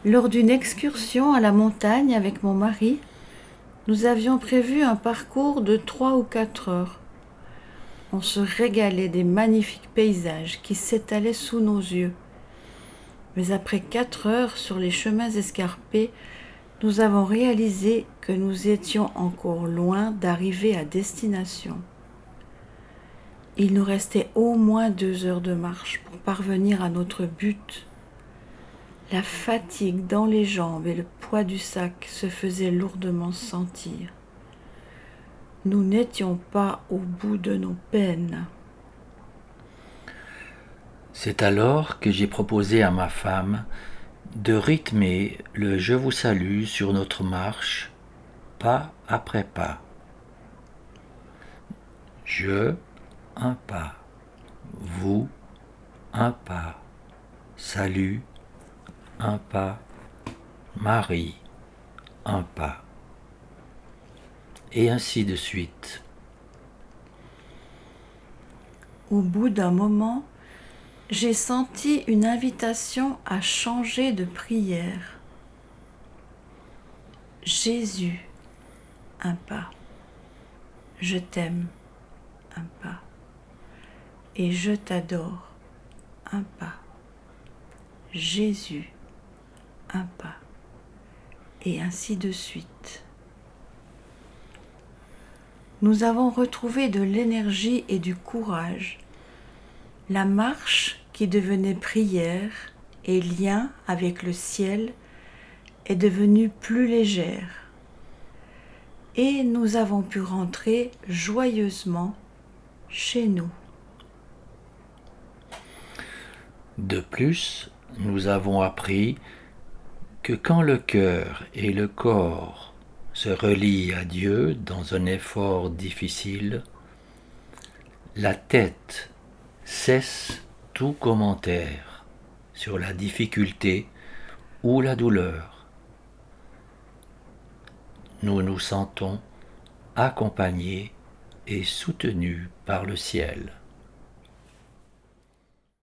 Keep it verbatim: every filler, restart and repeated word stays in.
Lors d'une excursion à la montagne avec mon mari, nous avions prévu un parcours de trois ou quatre heures. On se régalait des magnifiques paysages qui s'étalaient sous nos yeux. Mais après quatre heures sur les chemins escarpés, nous avons réalisé que nous étions encore loin d'arriver à destination. Il nous restait au moins deux heures de marche pour parvenir à notre but. La fatigue dans les jambes et le poids du sac se faisaient lourdement sentir. Nous n'étions pas au bout de nos peines. C'est alors que j'ai proposé à ma femme de rythmer le Je vous salue sur notre marche, pas après pas. Je, un pas. Vous, un pas. Salut, un pas. Marie, un pas. Et ainsi de suite. Au bout d'un moment, j'ai senti une invitation à changer de prière. Jésus, un pas. Je t'aime, un pas. Et je t'adore, un pas. Jésus, un pas. Et ainsi de suite. Nous avons retrouvé de l'énergie et du courage. La marche qui devenait prière et lien avec le ciel est devenue plus légère. Et nous avons pu rentrer joyeusement chez nous. De plus, nous avons appris que quand le cœur et le corps se relient à Dieu dans un effort difficile, la tête cesse tout commentaire sur la difficulté ou la douleur. Nous nous sentons accompagnés et soutenus par le ciel.